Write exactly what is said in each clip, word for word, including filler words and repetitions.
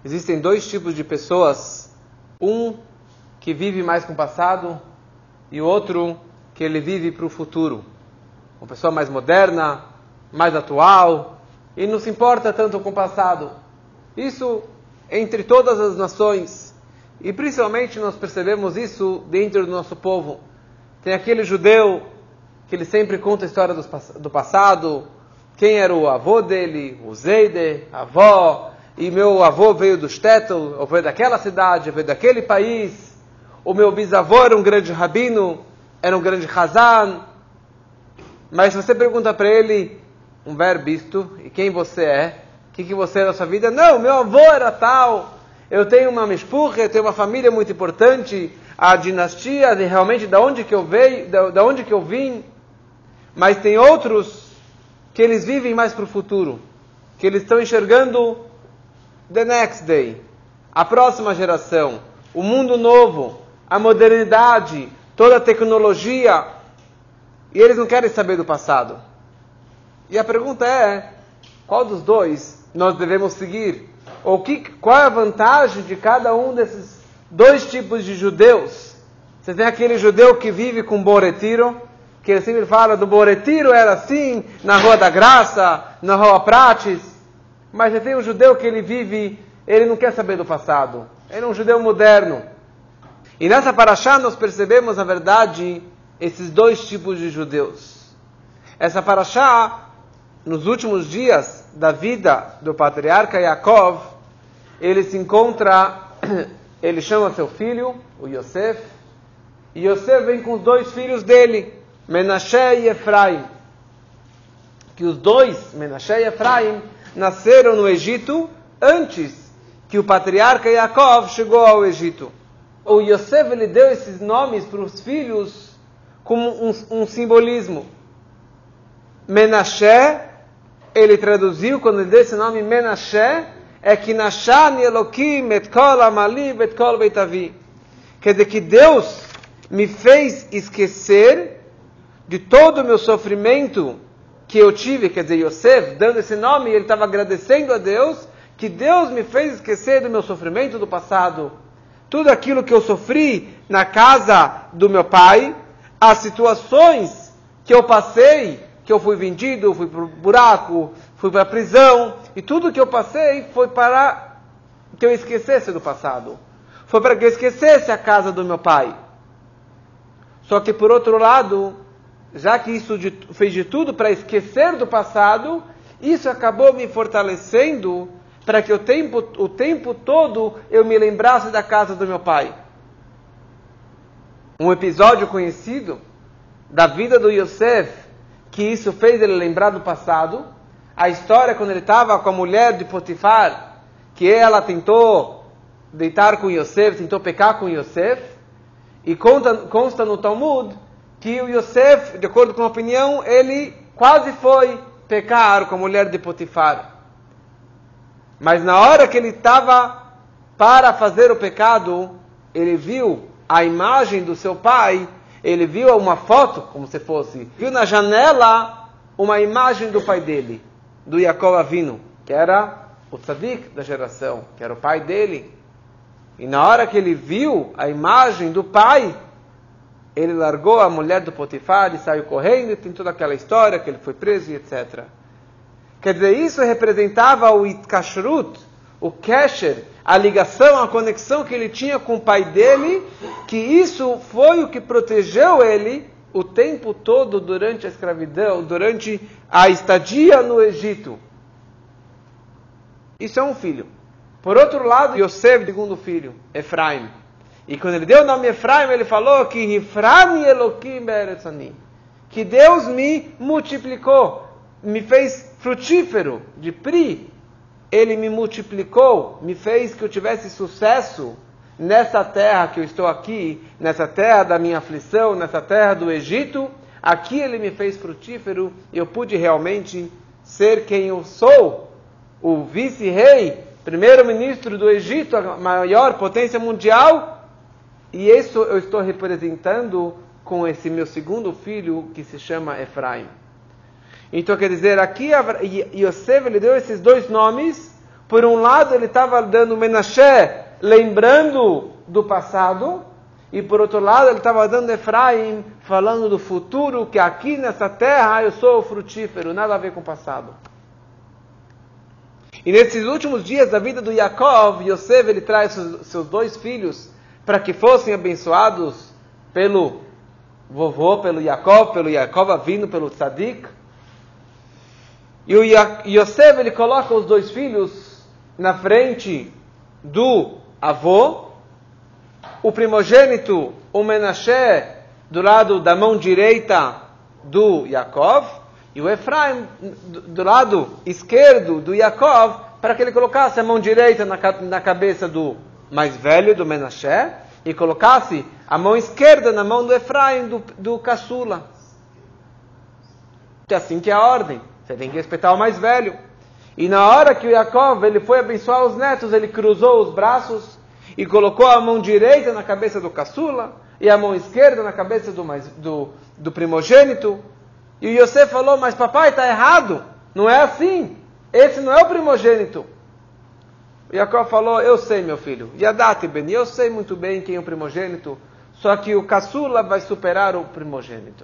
Existem dois tipos de pessoas, um que vive mais com o passado e o outro que ele vive para o futuro. Uma pessoa mais moderna, mais atual e não se importa tanto com o passado. Isso entre todas as nações e principalmente nós percebemos isso dentro do nosso povo. Tem aquele judeu que ele sempre conta a história do passado, quem era o avô dele, o Zeide, a avó, e meu avô veio do Shtetl, ou veio daquela cidade, veio daquele país, o meu bisavô era um grande rabino, era um grande Hazan. Mas se você pergunta para ele, um verbo isto, e quem você é, o que, que você é na sua vida? Não, meu avô era tal, eu tenho uma mishpucha, eu tenho uma família muito importante, a dinastia, de realmente da onde que eu veio, da, da onde que eu vim. Mas tem outros que eles vivem mais para o futuro, que eles estão enxergando the next day, a próxima geração, o mundo novo, a modernidade, toda a tecnologia, e eles não querem saber do passado. E a pergunta é, qual dos dois nós devemos seguir? Ou que, qual é a vantagem de cada um desses dois tipos de judeus? Você tem aquele judeu que vive com Bom Retiro, que ele sempre fala do Bom Retiro, era assim, na Rua da Graça, na Rua Prates. Mas você tem um judeu que ele vive, ele não quer saber do passado. Ele é um judeu moderno. E nessa paraxá nós percebemos, na verdade, esses dois tipos de judeus. Essa paraxá, nos últimos dias da vida do patriarca Yaakov, ele se encontra, ele chama seu filho, o Yosef, e Yosef vem com os dois filhos dele, Menashe e Efraim. Que os dois, Menashe e Efraim, nasceram no Egito antes que o patriarca Yaakov chegou ao Egito. O Yosef ele deu esses nomes para os filhos como um, um simbolismo. Menashe, ele traduziu, quando ele deu esse nome Menashe, é que Nashani Elokim et kol amali et kol beitavi. Quer dizer que Deus me fez esquecer de todo o meu sofrimento que eu tive, quer dizer, Yosef, dando esse nome, ele estava agradecendo a Deus, que Deus me fez esquecer do meu sofrimento do passado. Tudo aquilo que eu sofri na casa do meu pai, as situações que eu passei, que eu fui vendido, fui para o buraco, fui para a prisão, e tudo que eu passei foi para que eu esquecesse do passado. Foi para que eu esquecesse a casa do meu pai. Só que, por outro lado, já que isso de, fez de tudo para esquecer do passado, isso acabou me fortalecendo para que o tempo, o tempo todo eu me lembrasse da casa do meu pai. Um episódio conhecido da vida do Yosef, que isso fez ele lembrar do passado, a história quando ele estava com a mulher de Potifar, que ela tentou deitar com Yosef, tentou pecar com Yosef, e conta, consta no Talmud que o Yosef, de acordo com a opinião, ele quase foi pecar com a mulher de Potifar. Mas na hora que ele estava para fazer o pecado, ele viu a imagem do seu pai, ele viu uma foto, como se fosse, viu na janela uma imagem do pai dele, do Yaakov Avinu, que era o tzadik da geração, que era o pai dele. E na hora que ele viu a imagem do pai, ele largou a mulher do Potifar e saiu correndo, e tem toda aquela história que ele foi preso e etcétera. Quer dizer, isso representava o itkashrut, o kesher, a ligação, a conexão que ele tinha com o pai dele, que isso foi o que protegeu ele o tempo todo durante a escravidão, durante a estadia no Egito. Isso é um filho. Por outro lado, Yosef, segundo filho, Efraim. E quando ele deu o nome Efraim, ele falou que Ifrani Elokim be'eretzani, que Deus me multiplicou, me fez frutífero, de pri. Ele me multiplicou, me fez que eu tivesse sucesso nessa terra que eu estou aqui, nessa terra da minha aflição, nessa terra do Egito. Aqui ele me fez frutífero e eu pude realmente ser quem eu sou, o vice-rei, primeiro-ministro do Egito, a maior potência mundial. E isso eu estou representando com esse meu segundo filho, que se chama Efraim. Então, quer dizer, aqui Yosef ele deu esses dois nomes Por um lado, ele estava dando Menashe, lembrando do passado, e por outro lado, ele estava dando Efraim, falando do futuro, que aqui nessa terra eu sou frutífero, nada a ver com o passado. E nesses últimos dias da vida do Yaakov, Yosef, ele traz seus, seus dois filhos para que fossem abençoados pelo vovô, pelo Yaakov, pelo Yaakov Avinu, pelo Tzadik. E o Yosef, ele coloca os dois filhos na frente do avô, o primogênito, o Menashe, do lado da mão direita do Yaakov, e o Efraim do lado esquerdo do Yaakov, para que ele colocasse a mão direita na, na cabeça do mais velho, do Menashe, e colocasse a mão esquerda na mão do Efraim, do, do caçula. É assim que é a ordem. Você tem que respeitar o mais velho. E na hora que o Yaakov ele foi abençoar os netos, ele cruzou os braços e colocou a mão direita na cabeça do caçula e a mão esquerda na cabeça do, mais, do, do primogênito. E o Yosef falou, mas papai, está errado. Não é assim. Esse não é o primogênito. O Yaakov falou, eu sei, meu filho. Yadati ben, eu sei muito bem quem é o primogênito, só que o caçula vai superar o primogênito.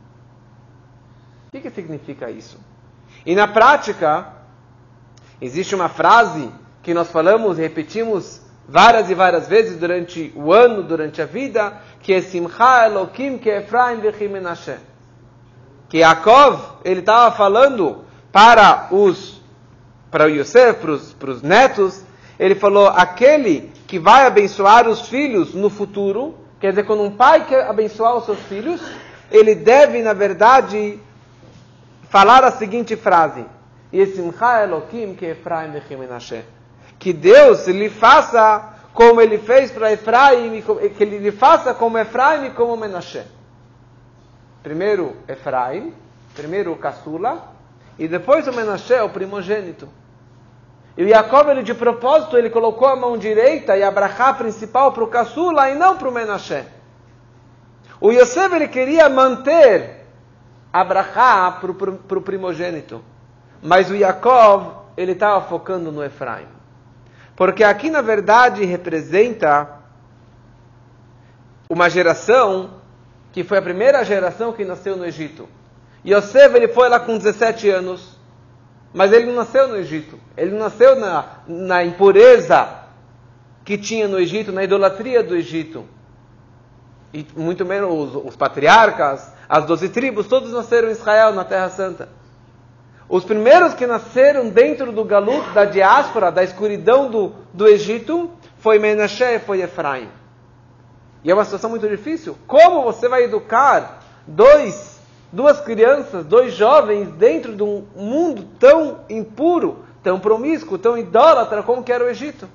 O que, que significa isso? E na prática, existe uma frase que nós falamos e repetimos várias e várias vezes durante o ano, durante a vida, que é Simcha Elokim que Efraim v'chi Menashe. Que Yaakov, ele estava falando para os, para o Yosef, para os, para os netos, ele falou, aquele que vai abençoar os filhos no futuro, quer dizer, quando um pai quer abençoar os seus filhos, ele deve, na verdade, falar a seguinte frase, Yesimcha Elokim que Efraim v'chi Menashe. Que Deus lhe faça como ele fez para Efraim, que ele lhe faça como Efraim e como Menashe. Primeiro Efraim, primeiro o caçula, e depois o Menashe, o primogênito. E o Yaakov, ele de propósito, ele colocou a mão direita e a brachá principal para o caçula e não para o Menashe. O Yosef, ele queria manter a brachá para o primogênito. Mas o Yaakov, ele estava focando no Efraim. Porque aqui, na verdade, representa uma geração que foi a primeira geração que nasceu no Egito. Yosef, ele foi lá com dezessete anos, mas ele não nasceu no Egito. Ele não nasceu na, na impureza que tinha no Egito, na idolatria do Egito. E muito menos os, os patriarcas, as doze tribos, todos nasceram em Israel, na Terra Santa. Os primeiros que nasceram dentro do galut, da diáspora, da escuridão do, do Egito, foi Menashe e foi Efraim. E é uma situação muito difícil. Como você vai educar dois, duas crianças, dois jovens, dentro de um mundo tão impuro, tão promíscuo, tão idólatra como que era o Egito?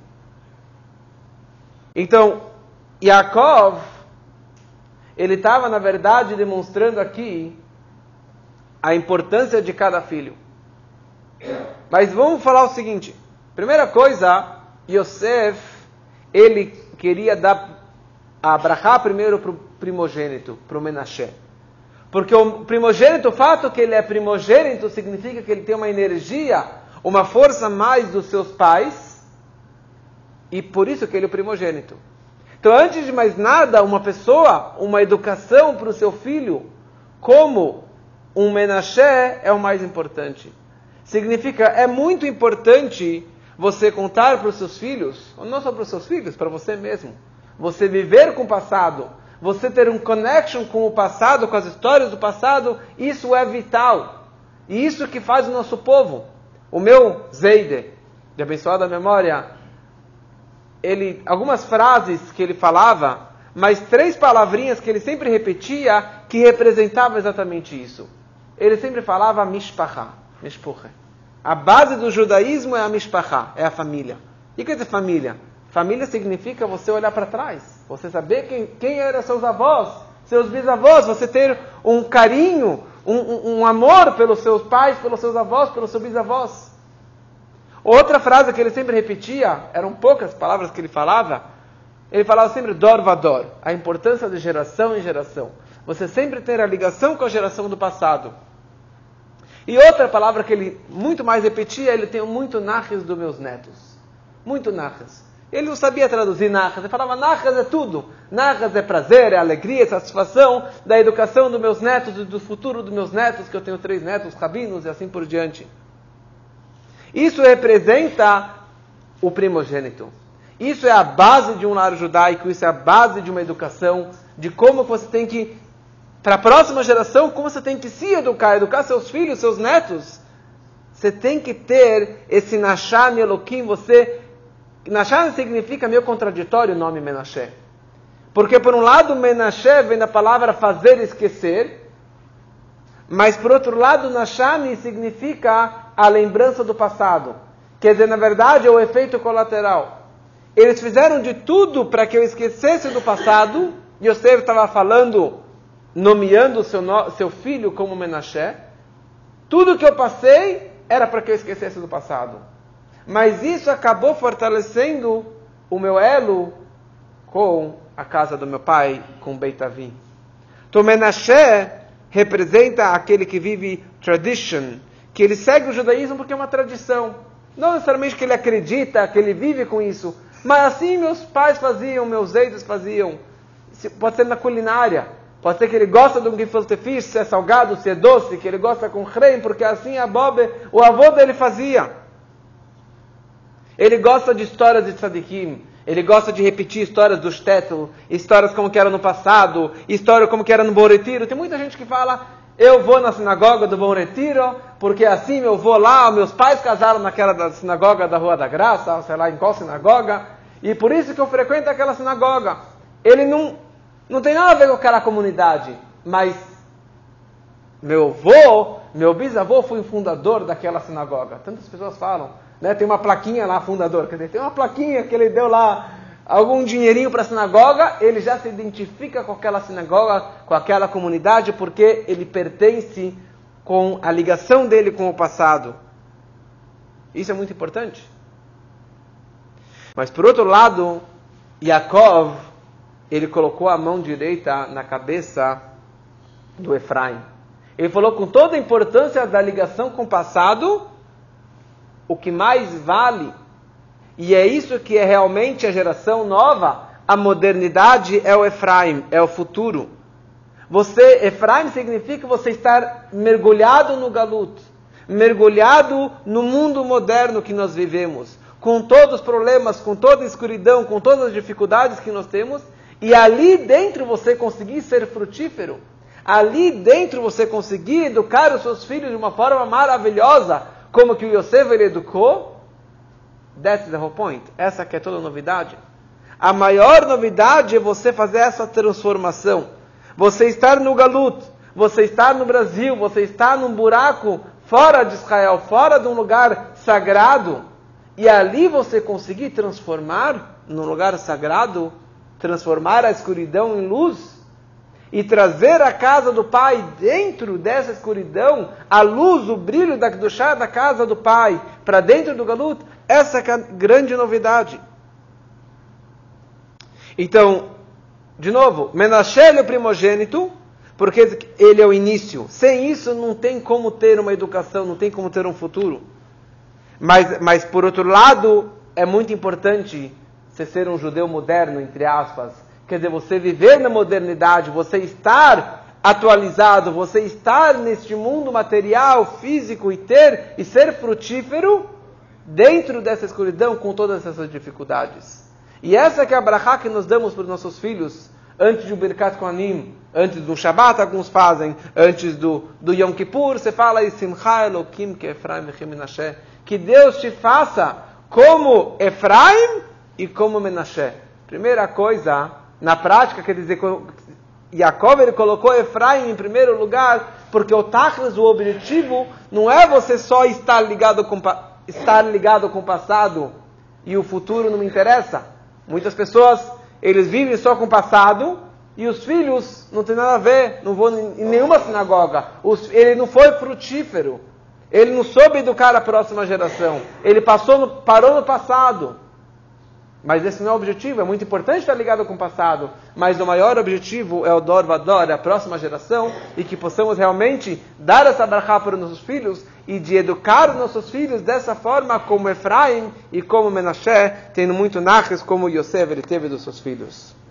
Então, Yaakov, ele estava, na verdade, demonstrando aqui a importância de cada filho. Mas vamos falar o seguinte. Primeira coisa, Yosef, ele queria dar a brachá primeiro para o primogênito, para o Menashe. Porque o primogênito, o fato que ele é primogênito, significa que ele tem uma energia, uma força mais dos seus pais, e por isso que ele é o primogênito. Então, antes de mais nada, uma pessoa, uma educação para o seu filho, como um Menashe, é o mais importante. Significa, é muito importante você contar para os seus filhos, ou não só para os seus filhos, para você mesmo. Você viver com o passado, você ter um connection com o passado, com as histórias do passado, isso é vital. E isso que faz o nosso povo. O meu Zeide, de abençoada memória, ele, algumas frases que ele falava, mas três palavrinhas que ele sempre repetia, que representavam exatamente isso. Ele sempre falava mishpacha, mishpucha. A base do judaísmo é a mishpacha, é a família. E o que é família? Família significa você olhar para trás, você saber quem, quem eram seus avós, seus bisavós, você ter um carinho, um, um, um amor pelos seus pais, pelos seus avós, pelos seus bisavós. Outra frase que ele sempre repetia, eram poucas palavras que ele falava, ele falava sempre dor vador, a importância de geração em geração. Você sempre ter a ligação com a geração do passado. E outra palavra que ele muito mais repetia, ele tem muito nachas dos meus netos. Muito nachas. Ele não sabia traduzir nachas. Ele falava, nachas é tudo. Nachas é prazer, é alegria, é satisfação da educação dos meus netos e do futuro dos meus netos, que eu tenho três netos, rabinos e assim por diante. Isso representa o primogênito. Isso é a base de um lar judaico, isso é a base de uma educação, de como você tem que, para a próxima geração, como você tem que se educar, educar seus filhos, seus netos. Você tem que ter esse Nashá Eloquim, você... Nashá significa meio contraditório o nome Menashe. Porque por um lado Menashe vem da palavra fazer e esquecer, mas por outro lado Nashani significa a lembrança do passado. Quer dizer, na verdade é o efeito colateral. Eles fizeram de tudo para que eu esquecesse do passado, e Yosef estava falando, nomeando seu, no, seu filho como Menashe. Tudo que eu passei era para que eu esquecesse do passado. Mas isso acabou fortalecendo o meu elo com a casa do meu pai, com Beit Avi. Então Menashe representa aquele que vive tradition, que ele segue o judaísmo porque é uma tradição. Não necessariamente que ele acredita, que ele vive com isso, mas assim meus pais faziam, meus eidos faziam. Pode ser na culinária, pode ser que ele gosta de um gefilte fish, se é salgado, se é doce, que ele gosta com creme, porque assim a Bob, o avô dele fazia. Ele gosta de histórias de tzadikim, ele gosta de repetir histórias do shtetl, histórias como que era no passado, história como que era no Bom Retiro. Tem muita gente que fala, eu vou na sinagoga do Bom Retiro, porque assim eu vou lá, meus pais casaram naquela da sinagoga da Rua da Graça, sei lá em qual sinagoga, e por isso que eu frequento aquela sinagoga. Ele não, não tem nada a ver com aquela comunidade, mas meu avô, meu bisavô foi o fundador daquela sinagoga. Tantas pessoas falam, né? Tem uma plaquinha lá, fundador, quer dizer, tem uma plaquinha que ele deu lá algum dinheirinho para a sinagoga, ele já se identifica com aquela sinagoga, com aquela comunidade, porque ele pertence com a ligação dele com o passado. Isso é muito importante. Mas por outro lado, Yaakov, ele colocou a mão direita na cabeça do Efraim. Ele falou com toda a importância da ligação com o passado, o que mais vale, e é isso que é realmente a geração nova, a modernidade é o Efraim, é o futuro. Você, Efraim significa você estar mergulhado no galut, mergulhado no mundo moderno que nós vivemos, com todos os problemas, com toda a escuridão, com todas as dificuldades que nós temos, e ali dentro você conseguir ser frutífero, ali dentro você conseguir educar os seus filhos de uma forma maravilhosa, como que o Yosef ele educou. That's the whole point. Essa que é toda a novidade. A maior novidade é você fazer essa transformação. Você estar no galut, você estar no Brasil, você estar num buraco fora de Israel, fora de um lugar sagrado, e ali você conseguir transformar num lugar sagrado, transformar a escuridão em luz, e trazer a casa do Pai dentro dessa escuridão, a luz, o brilho da, do chá da casa do Pai, para dentro do galut, essa é a grande novidade. Então, de novo, Menashe é o primogênito, porque ele é o início. Sem isso não tem como ter uma educação, não tem como ter um futuro. Mas, mas por outro lado, é muito importante você ser um judeu moderno, entre aspas. Quer dizer, você viver na modernidade, você estar atualizado, você estar neste mundo material, físico e ter e ser frutífero dentro dessa escuridão com todas essas dificuldades. E essa que é a brachá que nós damos para os nossos filhos antes do Birkat Kohanim, antes do Shabbat, alguns fazem, antes do, do Yom Kippur, você fala Simcha Elokim que Efraim e Menashe, que Deus te faça como Efraim e como Menashe. Primeira coisa, na prática, quer dizer, Yaakov ele colocou Efraim em primeiro lugar, porque o tachlis, o objetivo, não é você só estar ligado com, estar ligado com o passado e o futuro não me interessa. Muitas pessoas, eles vivem só com o passado e os filhos não tem nada a ver, não vão em nenhuma sinagoga. Os, ele não foi frutífero, ele não soube educar a próxima geração, ele passou no, parou no passado. Mas esse não é o objetivo, é muito importante estar ligado com o passado, mas o maior objetivo é o Dor Vador, a próxima geração, e que possamos realmente dar essa brachá para os nossos filhos e de educar os nossos filhos dessa forma como Efraim e como Menashe, tendo muito nachas como Yosef ele teve dos seus filhos.